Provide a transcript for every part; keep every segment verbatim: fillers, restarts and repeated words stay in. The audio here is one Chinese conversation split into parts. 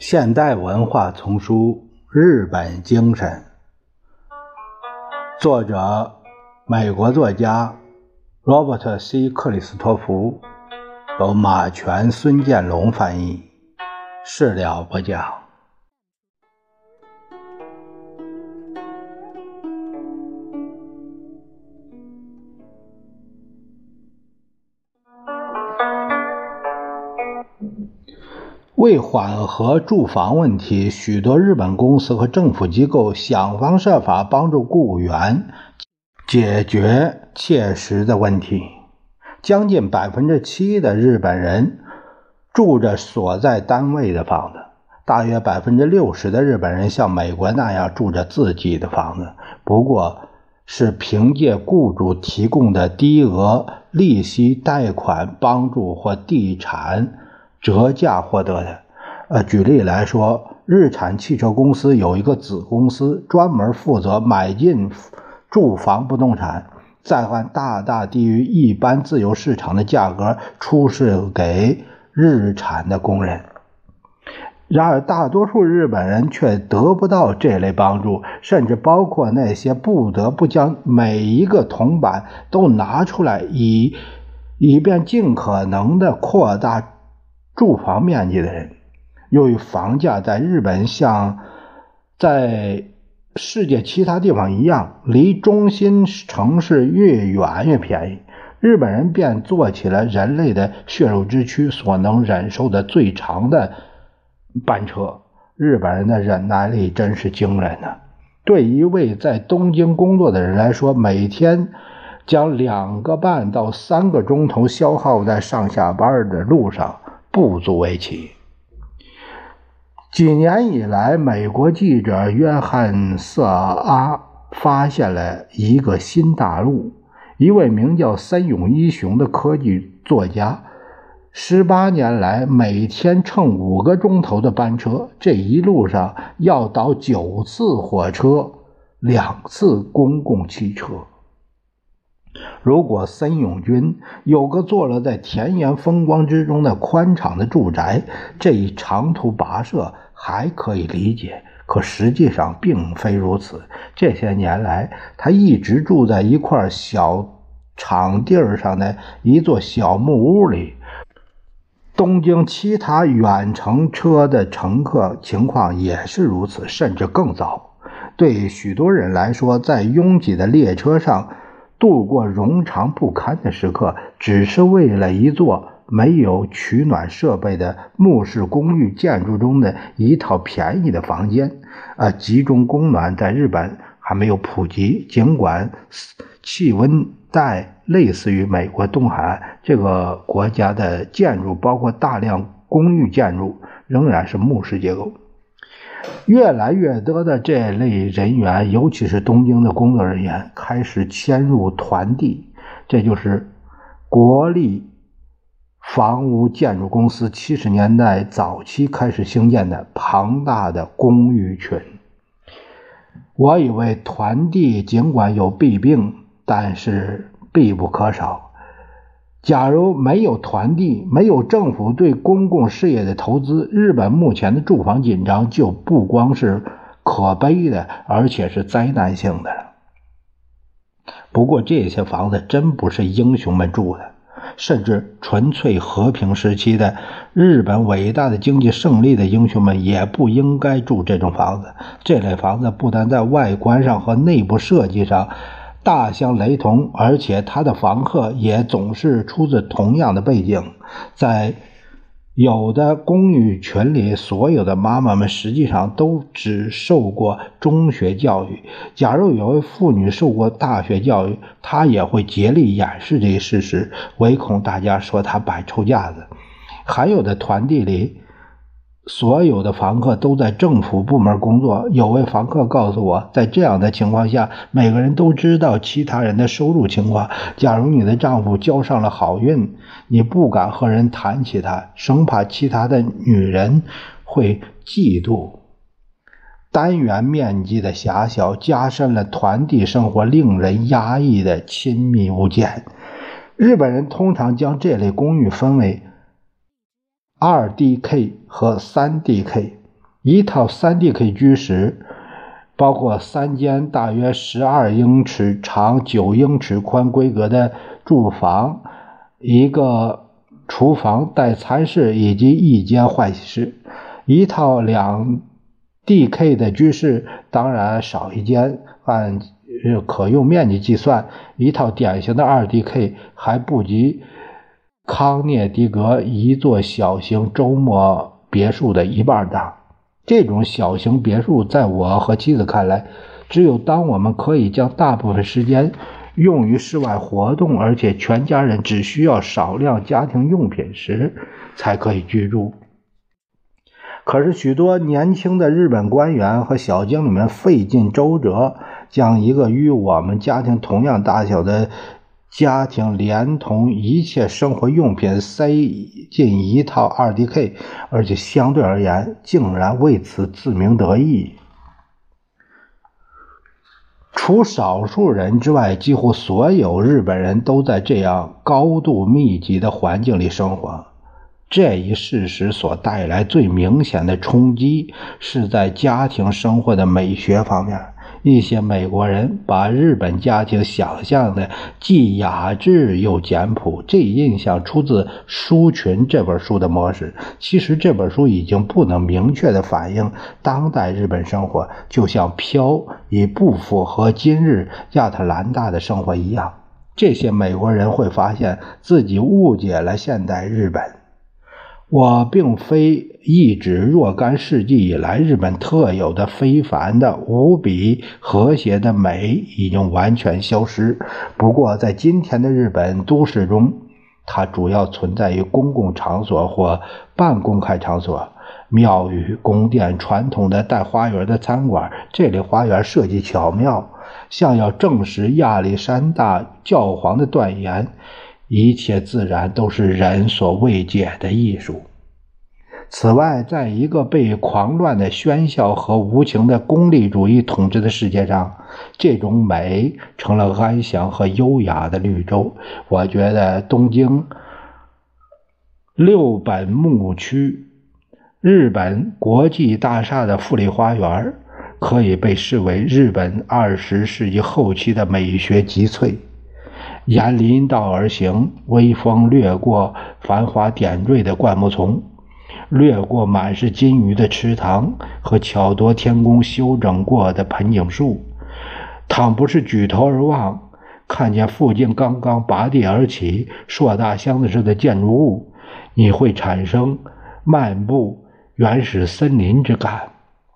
现代文化丛书《日本精神》，作者美国作家罗伯特 C 克里斯托弗，由马全、孙建龙翻译，事了不讲。为缓和住房问题，许多日本公司和政府机构想方设法帮助雇员解决切实的问题。将近 百分之七 的日本人住着所在单位的房子，大约 百分之六十 的日本人像美国那样住着自己的房子，不过是凭借雇主提供的低额利息贷款帮助或地产折价获得的。呃，举例来说，日产汽车公司有一个子公司，专门负责买进住房不动产，再按大大低于一般自由市场的价格出售给日产的工人。然而大多数日本人却得不到这类帮助，甚至包括那些不得不将每一个铜板都拿出来以以便尽可能的扩大住房面积的人。由于房价在日本像在世界其他地方一样，离中心城市越远越便宜，日本人便做起了人类的血肉之躯所能忍受的最长的班车。日本人的忍耐力真是惊人啊！对一位在东京工作的人来说，每天将两个半到三个钟头消耗在上下班的路上不足为奇。几年以来，美国记者约翰·瑟阿发现了一个新大陆。一位名叫森永一雄的科技作家，十八年来每天乘五个钟头的班车，这一路上要倒九次火车，两次公共汽车。如果森永君有个坐落在田园风光之中的宽敞的住宅，这一长途跋涉还可以理解，可实际上并非如此。这些年来，他一直住在一块小场地上的一座小木屋里。东京其他远程车的乘客情况也是如此，甚至更糟。对许多人来说，在拥挤的列车上度过冗长不堪的时刻，只是为了一座没有取暖设备的木式公寓建筑中的一套便宜的房间。呃，集中供暖在日本还没有普及，尽管气温带类似于美国东海岸，这个国家的建筑包括大量公寓建筑仍然是木式结构。越来越多的这类人员，尤其是东京的工作人员，开始迁入团地，这就是国立房屋建筑公司七十年代早期开始兴建的庞大的公寓群。我以为团地尽管有弊病，但是必不可少。假如没有团地，没有政府对公共事业的投资，日本目前的住房紧张就不光是可悲的，而且是灾难性的了。不过这些房子真不是英雄们住的，甚至纯粹和平时期的日本伟大的经济胜利的英雄们也不应该住这种房子。这类房子不但在外观上和内部设计上大相雷同，而且他的房客也总是出自同样的背景。在有的公寓群里，所有的妈妈们实际上都只受过中学教育。假如有位妇女受过大学教育，她也会竭力掩饰这一事实，唯恐大家说她摆臭架子。还有的团地里，所有的房客都在政府部门工作。有位房客告诉我，在这样的情况下，每个人都知道其他人的收入情况。假如你的丈夫交上了好运，你不敢和人谈起他，生怕其他的女人会嫉妒。单元面积的狭小加深了团地生活令人压抑的亲密无间。日本人通常将这类公寓分为 二 D K 和 三 D K。 一套 三 D K 居室包括三间大约十二英尺长、九英尺宽规格的住房，一个厨房带餐室以及一间换洗室。一套两 D K 的居室当然少一间，按可用面积计算，一套典型的 二 D K 还不及康涅狄格一座小型周末别墅的一半大。这种小型别墅在我和妻子看来，只有当我们可以将大部分时间用于室外活动，而且全家人只需要少量家庭用品时，才可以居住。可是许多年轻的日本官员和小经理们费尽周折，将一个与我们家庭同样大小的家庭连同一切生活用品塞进一套 二 D K， 而且相对而言竟然为此自鸣得意。除少数人之外，几乎所有日本人都在这样高度密集的环境里生活。这一事实所带来最明显的冲击是在家庭生活的美学方面。一些美国人把日本家庭想象的既雅致又简朴，这一印象出自《书群》这本书的模式。其实这本书已经不能明确地反映当代日本生活，就像《飘》已不符合今日亚特兰大的生活一样。这些美国人会发现自己误解了现代日本。我并非意指若干世纪以来日本特有的非凡的无比和谐的美已经完全消失，不过在今天的日本都市中，它主要存在于公共场所或半公开场所，庙宇、宫殿、传统的带花园的餐馆，这类花园设计巧妙，像要证实亚历山大教皇的断言，一切自然都是人所未解的艺术。此外，在一个被狂乱的喧嚣和无情的功利主义统治的世界上，这种美成了安详和优雅的绿洲。我觉得东京六本木区日本国际大厦的富丽花园可以被视为日本二十世纪后期的美学集萃。沿林道而行，微风掠过繁华点缀的灌木丛，掠过满是金鱼的池塘和巧夺天工修整过的盆景树。倘不是举头而望，看见附近刚刚拔地而起硕大箱子似的建筑物，你会产生漫步原始森林之感。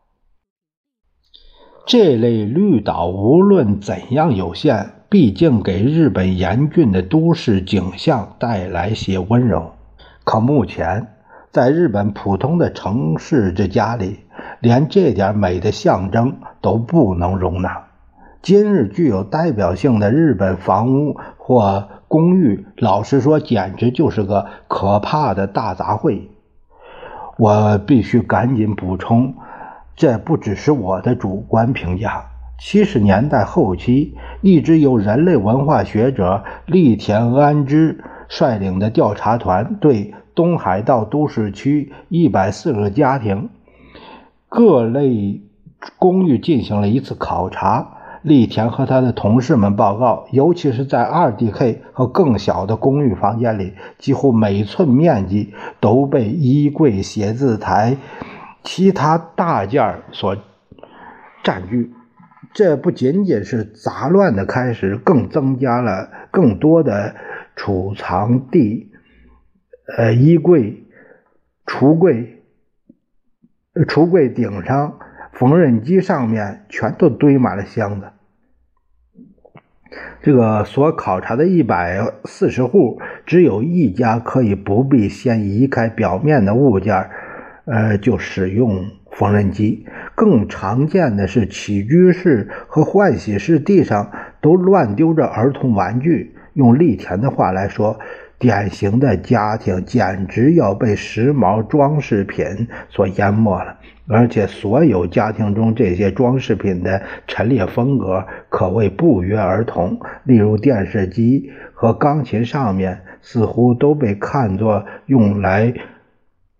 这类绿岛无论怎样有限，毕竟给日本严峻的都市景象带来些温柔。可目前在日本普通的城市之家里，连这点美的象征都不能容纳。今日具有代表性的日本房屋或公寓，老实说简直就是个可怕的大杂烩。我必须赶紧补充，这不只是我的主观评价。七十年代后期，一支由人类文化学者栗田安之率领的调查团对东海道都市区一百四十个家庭各类公寓进行了一次考察。栗田和他的同事们报告，尤其是在 二 D K 和更小的公寓房间里，几乎每寸面积都被衣柜、写字台、其他大件所占据。这不仅仅是杂乱的开始，更增加了更多的储藏地，呃，衣柜、橱柜、橱柜顶上、缝纫机上面全都堆满了箱子。这个所考察的一百四十户，只有一家可以不必先移开表面的物件，呃，就使用缝纫机。更常见的是起居室和换洗室地上都乱丢着儿童玩具。用栗田的话来说，典型的家庭简直要被时髦装饰品所淹没了。而且所有家庭中这些装饰品的陈列风格可谓不约而同，例如电视机和钢琴上面似乎都被看作用来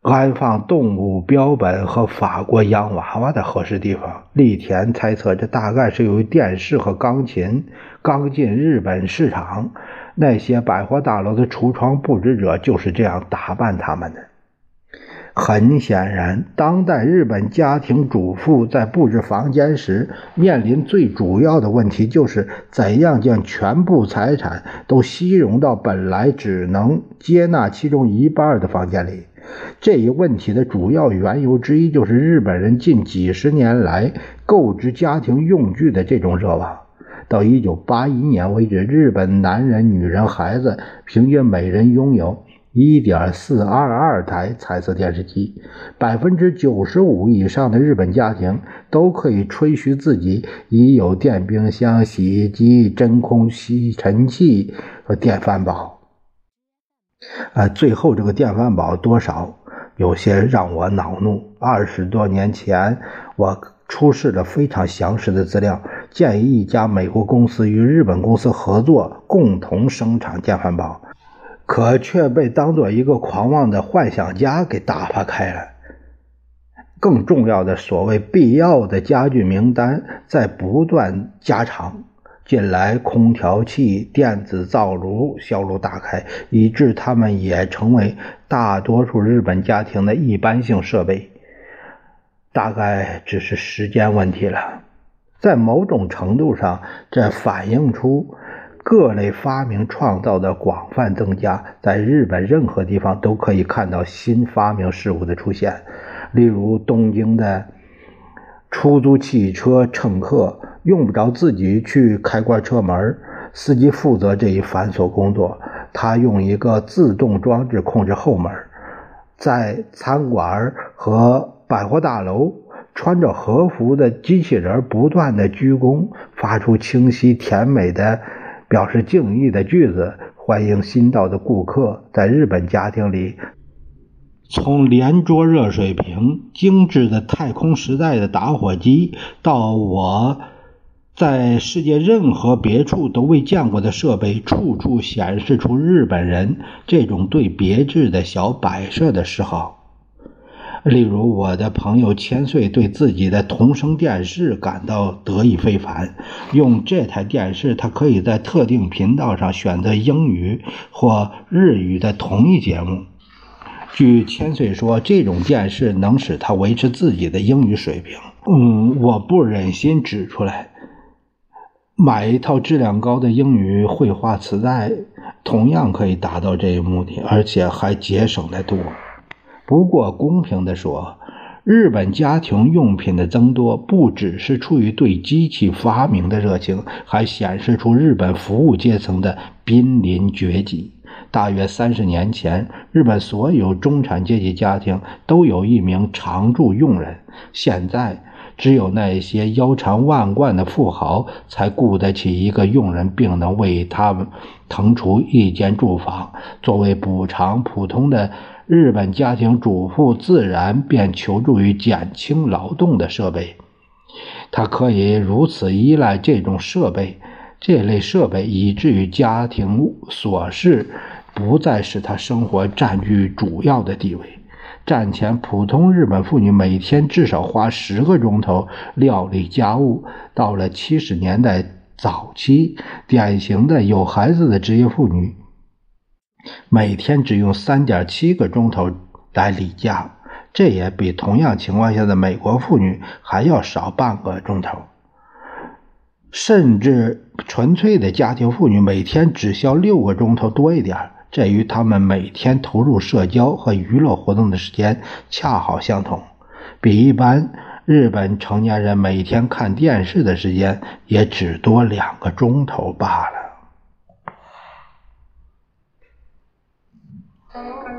安放动物标本和法国洋娃娃的合适地方。栗田猜测，这大概是由于电视和钢琴刚进日本市场，那些百货大楼的橱窗布置者就是这样打扮他们的。很显然，当代日本家庭主妇在布置房间时面临最主要的问题，就是怎样将全部财产都吸融到本来只能接纳其中一半的房间里。这一问题的主要缘由之一，就是日本人近几十年来购置家庭用具的这种热望。到一九八一年为止，日本男人、女人、孩子平均每人拥有一点四二二 台彩色电视机， 百分之九十五 以上的日本家庭都可以吹嘘自己已有电冰箱、洗衣机、真空吸尘器和电饭煲。呃，最后这个电饭煲多少有些让我恼怒。二十多年前，我出示了非常详实的资料，建议一家美国公司与日本公司合作，共同生产电饭煲，可却被当作一个狂妄的幻想家给打发开了。更重要的，所谓必要的家具名单在不断加长，近来空调器、电子灶炉销路大开，以致它们也成为大多数日本家庭的一般性设备，大概只是时间问题了。在某种程度上，这反映出各类发明创造的广泛增加，在日本任何地方都可以看到新发明事物的出现。例如东京的出租汽车乘客用不着自己去开关车门，司机负责这一繁琐工作，他用一个自动装置控制后门。在餐馆和百货大楼，穿着和服的机器人不断的鞠躬，发出清晰甜美的表示敬意的句子，欢迎新到的顾客。在日本家庭里，从连桌热水瓶、精致的太空时代的打火机，到我在世界任何别处都未见过的设备，处处显示出日本人这种对别致的小摆设的嗜好。例如，我的朋友千岁对自己的同声电视感到得意非凡。用这台电视，他可以在特定频道上选择英语或日语的同一节目。据千岁说，这种电视能使他维持自己的英语水平。嗯，我不忍心指出来，买一套质量高的英语绘画磁带，同样可以达到这一目的，而且还节省得多。不过公平地说，日本家庭用品的增多不只是出于对机器发明的热情，还显示出日本服务阶层的濒临绝迹。大约三十年前，日本所有中产阶级家庭都有一名常驻佣人，现在只有那些腰缠万贯的富豪才雇得起一个佣人，并能为他们腾出一间住房。作为补偿，普通的日本家庭主妇自然便求助于减轻劳动的设备。他可以如此依赖这种设备，这类设备以至于家庭琐事不再使他生活占据主要的地位。战前普通日本妇女每天至少花十个钟头料理家务，到了七十年代早期，典型的有孩子的职业妇女每天只用 三点七个钟头来理家，这也比同样情况下的美国妇女还要少半个钟头。甚至纯粹的家庭妇女每天只需要六个钟头多一点，这与他们每天投入社交和娱乐活动的时间恰好相同，比一般日本成年人每天看电视的时间也只多两个钟头罢了。